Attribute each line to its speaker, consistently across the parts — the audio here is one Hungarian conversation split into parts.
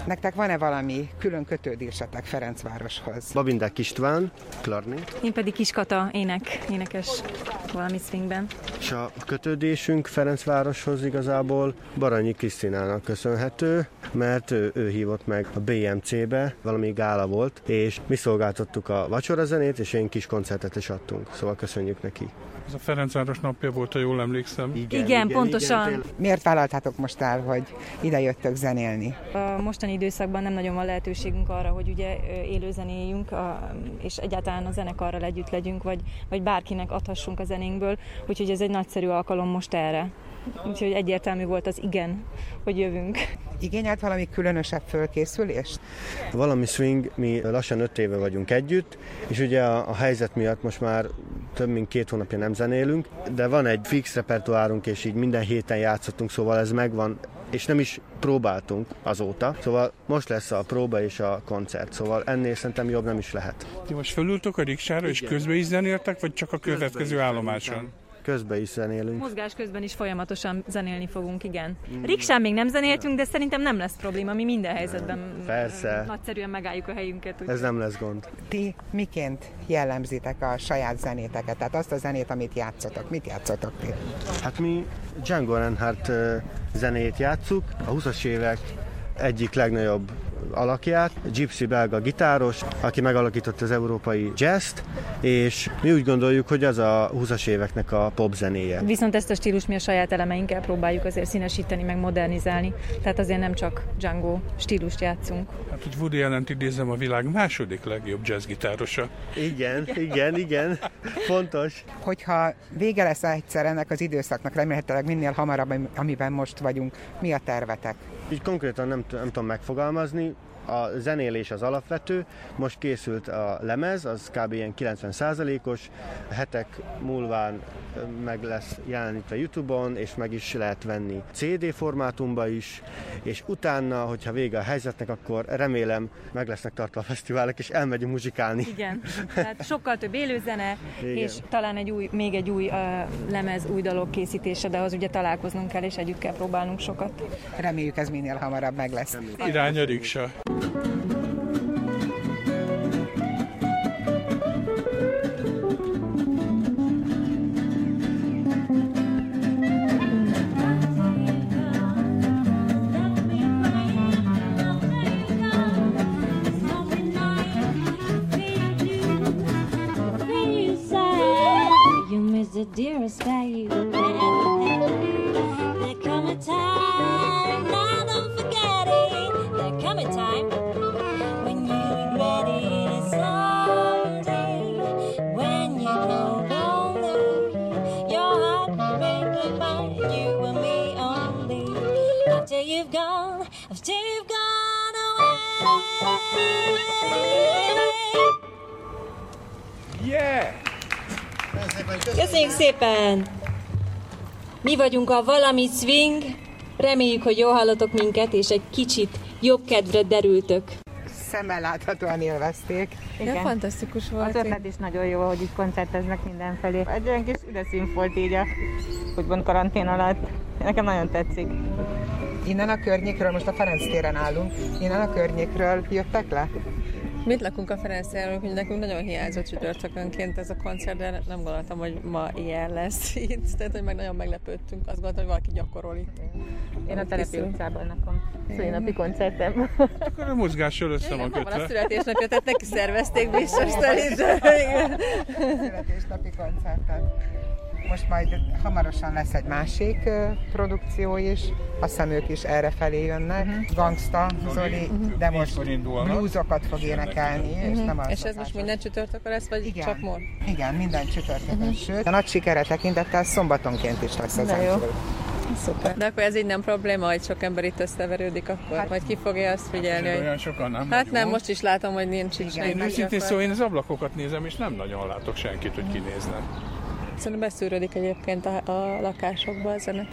Speaker 1: Nektek van-e valami külön kötődésetek Ferencvároshoz?
Speaker 2: Babindák István, klarnét.
Speaker 3: Én pedig Kiskata, énekes valami swingben.
Speaker 2: És a kötődésünk Ferencvároshoz igazából Baranyi Krisztinának köszönhető, mert ő hívott meg a BMC-be, valami gála volt, és mi szolgáltattuk a vacsorazenét, és én kis koncertet is adtunk, szóval köszönjük neki.
Speaker 4: Ez a Ferencváros napja volt, ha jól emlékszem.
Speaker 3: Igen, pontosan.
Speaker 2: Igen,
Speaker 1: Miért vállaltátok most el, hogy ide jöttök zenélni?
Speaker 3: A mostani időszakban nem nagyon van lehetőségünk arra, hogy ugye élőzenéljünk, és egyáltalán a zenekarral együtt legyünk, vagy bárkinek adhassunk a zenénkből, úgyhogy ez egy nagyszerű alkalom most erre. Úgyhogy egyértelmű volt az igen, hogy jövünk.
Speaker 1: Igényelt valami különösebb fölkészülést?
Speaker 2: Valami swing, mi lassan 5 éve vagyunk együtt, és ugye a helyzet miatt most már több mint 2 hónapja nem zenélünk, de van egy fix repertoárunk, és így minden héten játszottunk, szóval ez megvan, és nem is próbáltunk azóta, szóval most lesz a próba és a koncert, szóval ennél szerintem jobb nem is lehet.
Speaker 4: Ti most fölültök a riksára, és közben is zenéltek, vagy csak a következő állomáson?
Speaker 2: Közben is zenélünk.
Speaker 3: Mozgás közben is folyamatosan zenélni fogunk, igen. Riksán még nem zenéltünk, de szerintem nem lesz probléma, mi minden helyzetben
Speaker 2: Persze.
Speaker 3: Nagyszerűen megálljuk a helyünket.
Speaker 2: Ez nem lesz gond.
Speaker 1: Ti miként jellemzitek a saját zenéteket? Tehát azt a zenét, amit játszotok. Mit játszotok ti?
Speaker 2: Hát mi Django Reinhardt zenét játsszuk, a 20-as évek egyik legnagyobb alakját, Gypsy belga gitáros, aki megalakította az európai jazzt, és mi úgy gondoljuk, hogy az a 20-as éveknek a pop zenéje.
Speaker 3: Viszont ezt a stílust mi a saját elemeinkkel próbáljuk azért színesíteni, meg modernizálni, tehát azért nem csak Django stílust játszunk.
Speaker 4: Hát, hogy Woody Allent idézem, a világ második legjobb jazzgitárosa.
Speaker 2: Igen, fontos.
Speaker 1: Hogyha vége lesz egyszer ennek az időszaknak, remélhetőleg minél hamarabb, amiben most vagyunk, mi a tervetek?
Speaker 2: Így konkrétan nem tudom megfogalmazni, a zenélés az alapvető, most készült a lemez, az kb. Ilyen 90%-os, hetek múlván meg lesz jelenítve YouTube-on, és meg is lehet venni CD formátumba is, és utána, hogyha vége a helyzetnek, akkor remélem meg lesznek tartva a fesztiválok, és elmegyünk muzsikálni.
Speaker 3: Igen, tehát sokkal több élőzene, és talán még egy új lemez, új dalok készítése, de az ugye találkoznunk kell, és együtt kell próbálnunk sokat.
Speaker 1: Reméljük, ez minél hamarabb meg lesz.
Speaker 4: Irány a riksa.
Speaker 5: The dearest value. There come a time, now don't forget it. There come a time when you're ready someday. When you no longer, your heart will break by you and me only. After you've gone away.
Speaker 4: Yeah!
Speaker 3: Köszönjük szépen! Mi vagyunk a Valami Swing, reméljük, hogy jól hallotok minket, és egy kicsit jobb kedvre derültök.
Speaker 1: Szemmel láthatóan élvezték.
Speaker 6: Igen, fantasztikus volt. Az ötlet is nagyon jó, hogy így koncerteznek mindenfelé. Egy olyan kis üdeszín volt így a úgymond karantén alatt. Nekem nagyon tetszik.
Speaker 1: Innen a környékről, most a Ferenc téren állunk, innen a környékről jöttek le?
Speaker 6: Mit lakunk a Ferenc téren, hogy nekünk nagyon hiányzott csütörtökönként ez a koncert, de nem gondoltam, hogy ma ilyen lesz itt. Tehát, hogy meg nagyon meglepődtünk. Azt gondoltam, hogy valaki gyakorol itt. Én a Telepi utcában lakom. Szülinapi koncertem.
Speaker 4: Akkor a mozgással össze van
Speaker 6: kötve.
Speaker 4: kötve.
Speaker 6: A születésnapja, tehát neki szervezték biztos szerint.
Speaker 1: Születésnapi koncertet. Most majd hamarosan lesz egy másik produkció is, azt hiszem ők is errefelé jönnek. Gangsta, Zoli, de most bluesokat fog énekelni, és nem az.
Speaker 6: És ez most minden csütörtökön lesz, vagy
Speaker 1: igen,
Speaker 6: csak most?
Speaker 1: Igen, minden csütörtökön, sőt. A nagy sikere tekintettel szombatonként is lesz az első.
Speaker 6: Szuper. De akkor ez így nem probléma, hogy sok ember itt összeverődik akkor? Hát, vagy ki fogja azt figyelni, hogy...
Speaker 4: Olyan sokan nem.
Speaker 6: Hát nem, most is látom, hogy nincs is.
Speaker 4: Én őszintén szóval én az ablakokat nézem, és nem nagyon látok senkit, hogy kinézne.
Speaker 6: Szerintem beszűrődik egyébként a lakásokba a zene.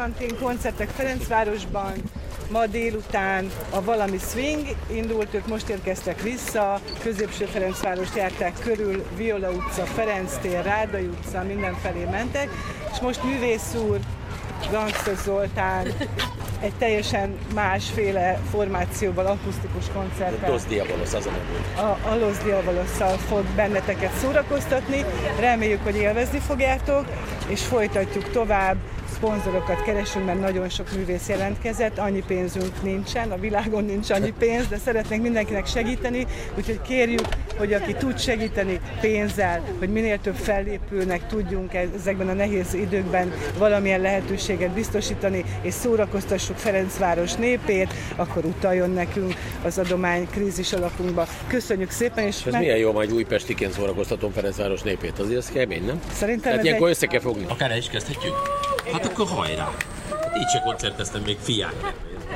Speaker 7: karantén koncertek Ferencvárosban. Ma délután a Valami Swing indult, ők most érkeztek vissza, Középső Ferencvárost járták körül, Viola utca, Ferenc tér, Rádai utca, mindenfelé mentek, és most Művész úr, Gangsta Zoltán egy teljesen másféle formációval, akusztikus koncerttel.
Speaker 8: Los Diabolos, az a nem volt.
Speaker 7: A Los Diabolosszal fog benneteket szórakoztatni. Reméljük, hogy élvezni fogjátok, és folytatjuk tovább. Szponzorokat keresünk, mert nagyon sok művész jelentkezett, annyi pénzünk nincsen, a világon nincs annyi pénz, de szeretnénk mindenkinek segíteni, úgyhogy kérjük, hogy aki tud segíteni pénzzel, hogy minél több fellépőnek tudjunk ezekben a nehéz időkben valamilyen lehetőséget biztosítani, és szórakoztassuk Ferencváros népét, akkor utaljon nekünk az adomány krízis alapunkba. Köszönjük szépen! És
Speaker 8: ez milyen jó, majd újpestiként szórakoztatom Ferencváros népét, azért ez kemény, nem?
Speaker 7: Szerintem
Speaker 8: hát ilyenkor össze kell fogni. Akár el is kezdhetjük? Hát akkor hajrá! Hát így se koncerteztem még fiák.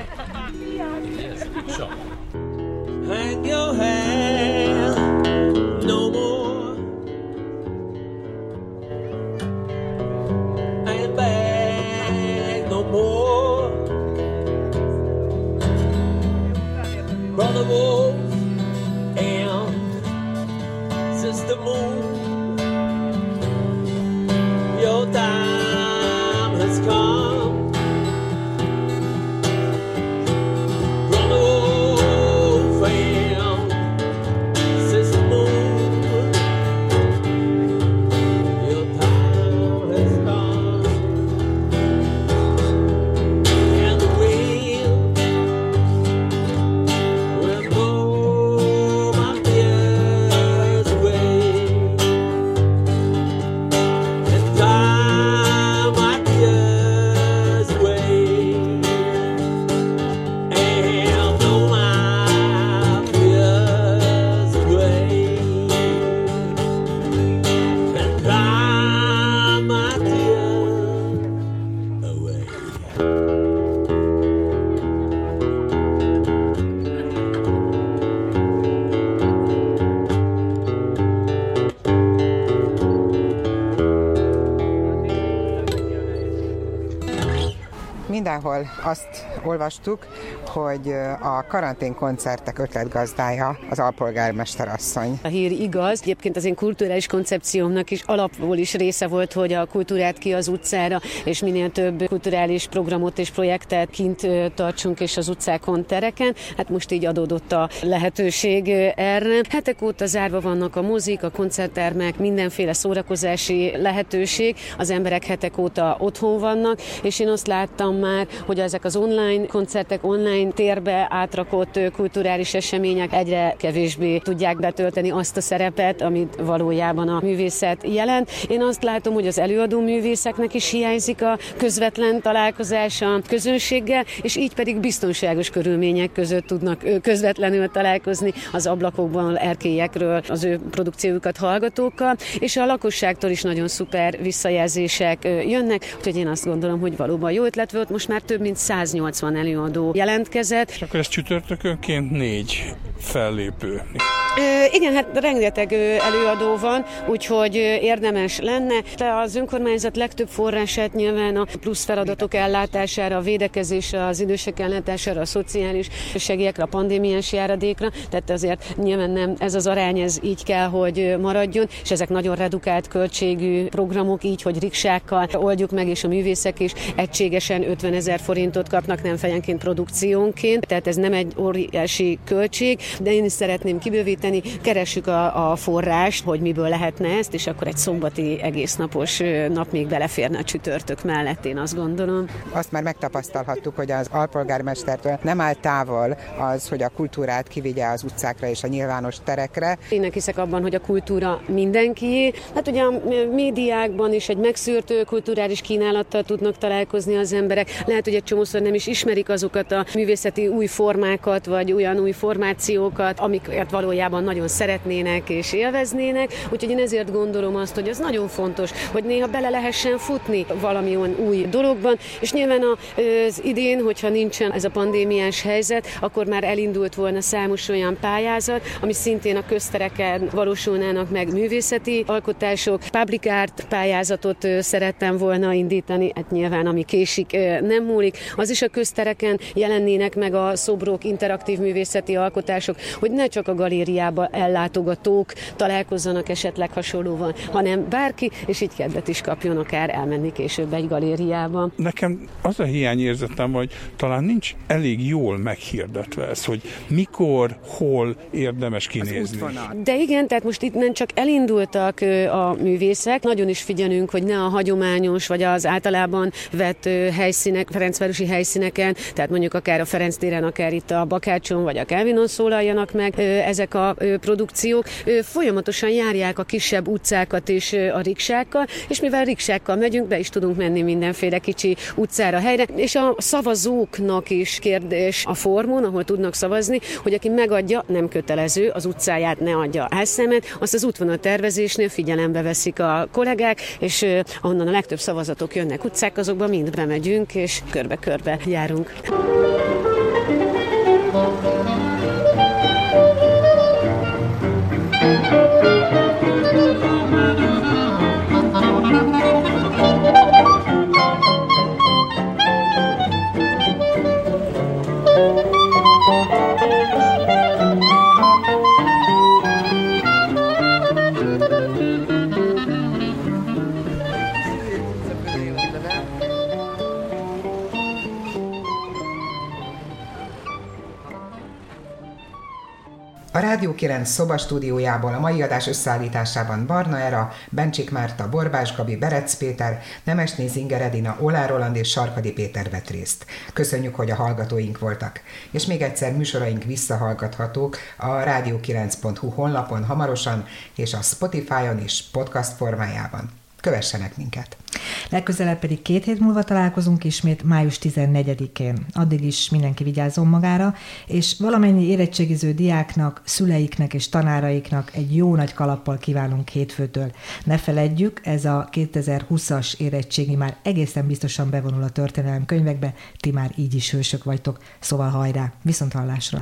Speaker 8: Hang your head no more. Ain't back no more. Brother Wolf and Sister Moon, your time has come. Brother Wolf and Sister Moon, your time has come. And the wind will blow my fears away and dry my tears away and blow my fears away and dry my tears away.
Speaker 1: Mindenhol azt olvastuk, hogy a karanténkoncertek ötletgazdája az alpolgármester asszony.
Speaker 9: A hír igaz, egyébként az én kulturális koncepciómnak is alapból is része volt, hogy a kultúrát ki az utcára, és minél több kulturális programot és projektet kint tartsunk és az utcákon, tereken. Hát most így adódott a lehetőség erre. Hetek óta zárva vannak a mozik, a koncerttermek, mindenféle szórakozási lehetőség. Az emberek hetek óta otthon vannak, és én azt láttam már, hogy ezek az online koncertek, online térbe átrakott kulturális események egyre kevésbé tudják betölteni azt a szerepet, amit valójában a művészet jelent. Én azt látom, hogy az előadó művészeknek is hiányzik a közvetlen találkozás a közönséggel, és így pedig biztonságos körülmények között tudnak közvetlenül találkozni az ablakokban, erkélyekről az ő produkciójukat hallgatókkal, és a lakosságtól is nagyon szuper visszajelzések jönnek, úgyhogy én azt gondolom, hogy valóban jó ötlet volt. Most már több mint 180 előadó jelentkezett.
Speaker 4: És akkor ez csütörtökönként 4 fellépő.
Speaker 9: Igen, hát rengeteg előadó van, úgyhogy érdemes lenne. De az önkormányzat legtöbb forrását nyilván a plusz feladatok ellátására, a védekezésre, az idősek ellátására, a szociális segélyekre, a pandémiás járadékra, tehát azért nyilván nem ez az arány, ez így kell, hogy maradjon, és ezek nagyon redukált költségű programok, így, hogy riksákkal oldjuk meg, és a művészek is egységesen 50 000 forintot kapnak, nem fejenként produkciónként, tehát ez nem egy óriási költség, de én is szeretném kibővíteni, keressük a forrást, hogy miből lehetne ezt, és akkor egy szombati egésznapos nap még beleférne a csütörtök mellett, én azt gondolom.
Speaker 1: Azt már megtapasztalhattuk, hogy az alpolgármestertől nem áll távol az, hogy a kultúrát kivigye az utcákra és a nyilvános terekre.
Speaker 9: Én hiszek abban, hogy a kultúra mindenkié. Hát ugye a médiákban is egy megszűrt kulturális kínálattal tudnak találkozni az emberek. Lehet, hogy egy csomószor nem is ismerik azokat a művészeti új formákat, vagy olyan új formációkat, amiket valójában nagyon szeretnének és élveznének. Úgyhogy én ezért gondolom azt, hogy az nagyon fontos, hogy néha bele lehessen futni valami olyan új dologban, és nyilván az idén, hogyha nincsen ez a pandémiás helyzet, akkor már elindult volna számos olyan pályázat, ami szintén a köztereken valósulnának meg művészeti alkotások. Public art pályázatot szerettem volna indítani, hát nyilván ami késik nem múlik. Az is a köztereken jelennének meg a szobrok, interaktív művészeti alkotások, hogy ne csak a galériába ellátogatók találkozzanak esetleg hasonlóval, hanem bárki, és így kedvet is kapjon akár elmenni később egy galériába.
Speaker 4: Nekem az a hiányérzetem, hogy talán nincs elég jól meghirdetve ez, hogy mikor, hol érdemes kinézni.
Speaker 9: De igen, tehát most itt nem csak elindultak a művészek, nagyon is figyelünk, hogy ne a hagyományos, vagy az általában vett helyszínek, ferencvárosi helyszíneken, tehát mondjuk akár a Ferenc téren, akár itt a Bakácson, vagy a Kelvinon szólaljanak meg ezek a produkciók. Folyamatosan járják a kisebb utcákat és a riksákkal, és mivel riksákkal megyünk, be is tudunk menni mindenféle kicsi utcára, helyre, és a szavazóknak is kérdés a formon, ahol tudnak szavazni, hogy aki megadja, nem kötelező, az utcáját ne adja álszemet, azt az útvonal tervezésnél figyelembe veszik a kollégák, és ahonnan a legtöbb szavazatok jönnek utcák, azokban mind bemegyünk, és körbe-körbe járunk.
Speaker 1: A Rádió 9 szobastúdiójából a mai adás összeállításában Barna Era, Bencsik Márta, Borbás Gabi, Berec Péter, Nemesné Zinger Edina, Olá Roland és Sarkadi Péter vett részt. Köszönjük, hogy a hallgatóink voltak. És még egyszer műsoraink visszahallgathatók a radio9.hu honlapon hamarosan, és a Spotify-on is podcast formájában. Kövessenek minket!
Speaker 10: Legközelebb pedig 2 hét múlva találkozunk ismét május 14-én. Addig is mindenki vigyázzon magára, és valamennyi érettségiző diáknak, szüleiknek és tanáraiknak egy jó nagy kalappal kívánunk hétfőtől. Ne feledjük, ez a 2020-as érettségi már egészen biztosan bevonul a történelemkönyvekbe, ti már így is hősök vagytok, szóval hajrá, viszonthallásra!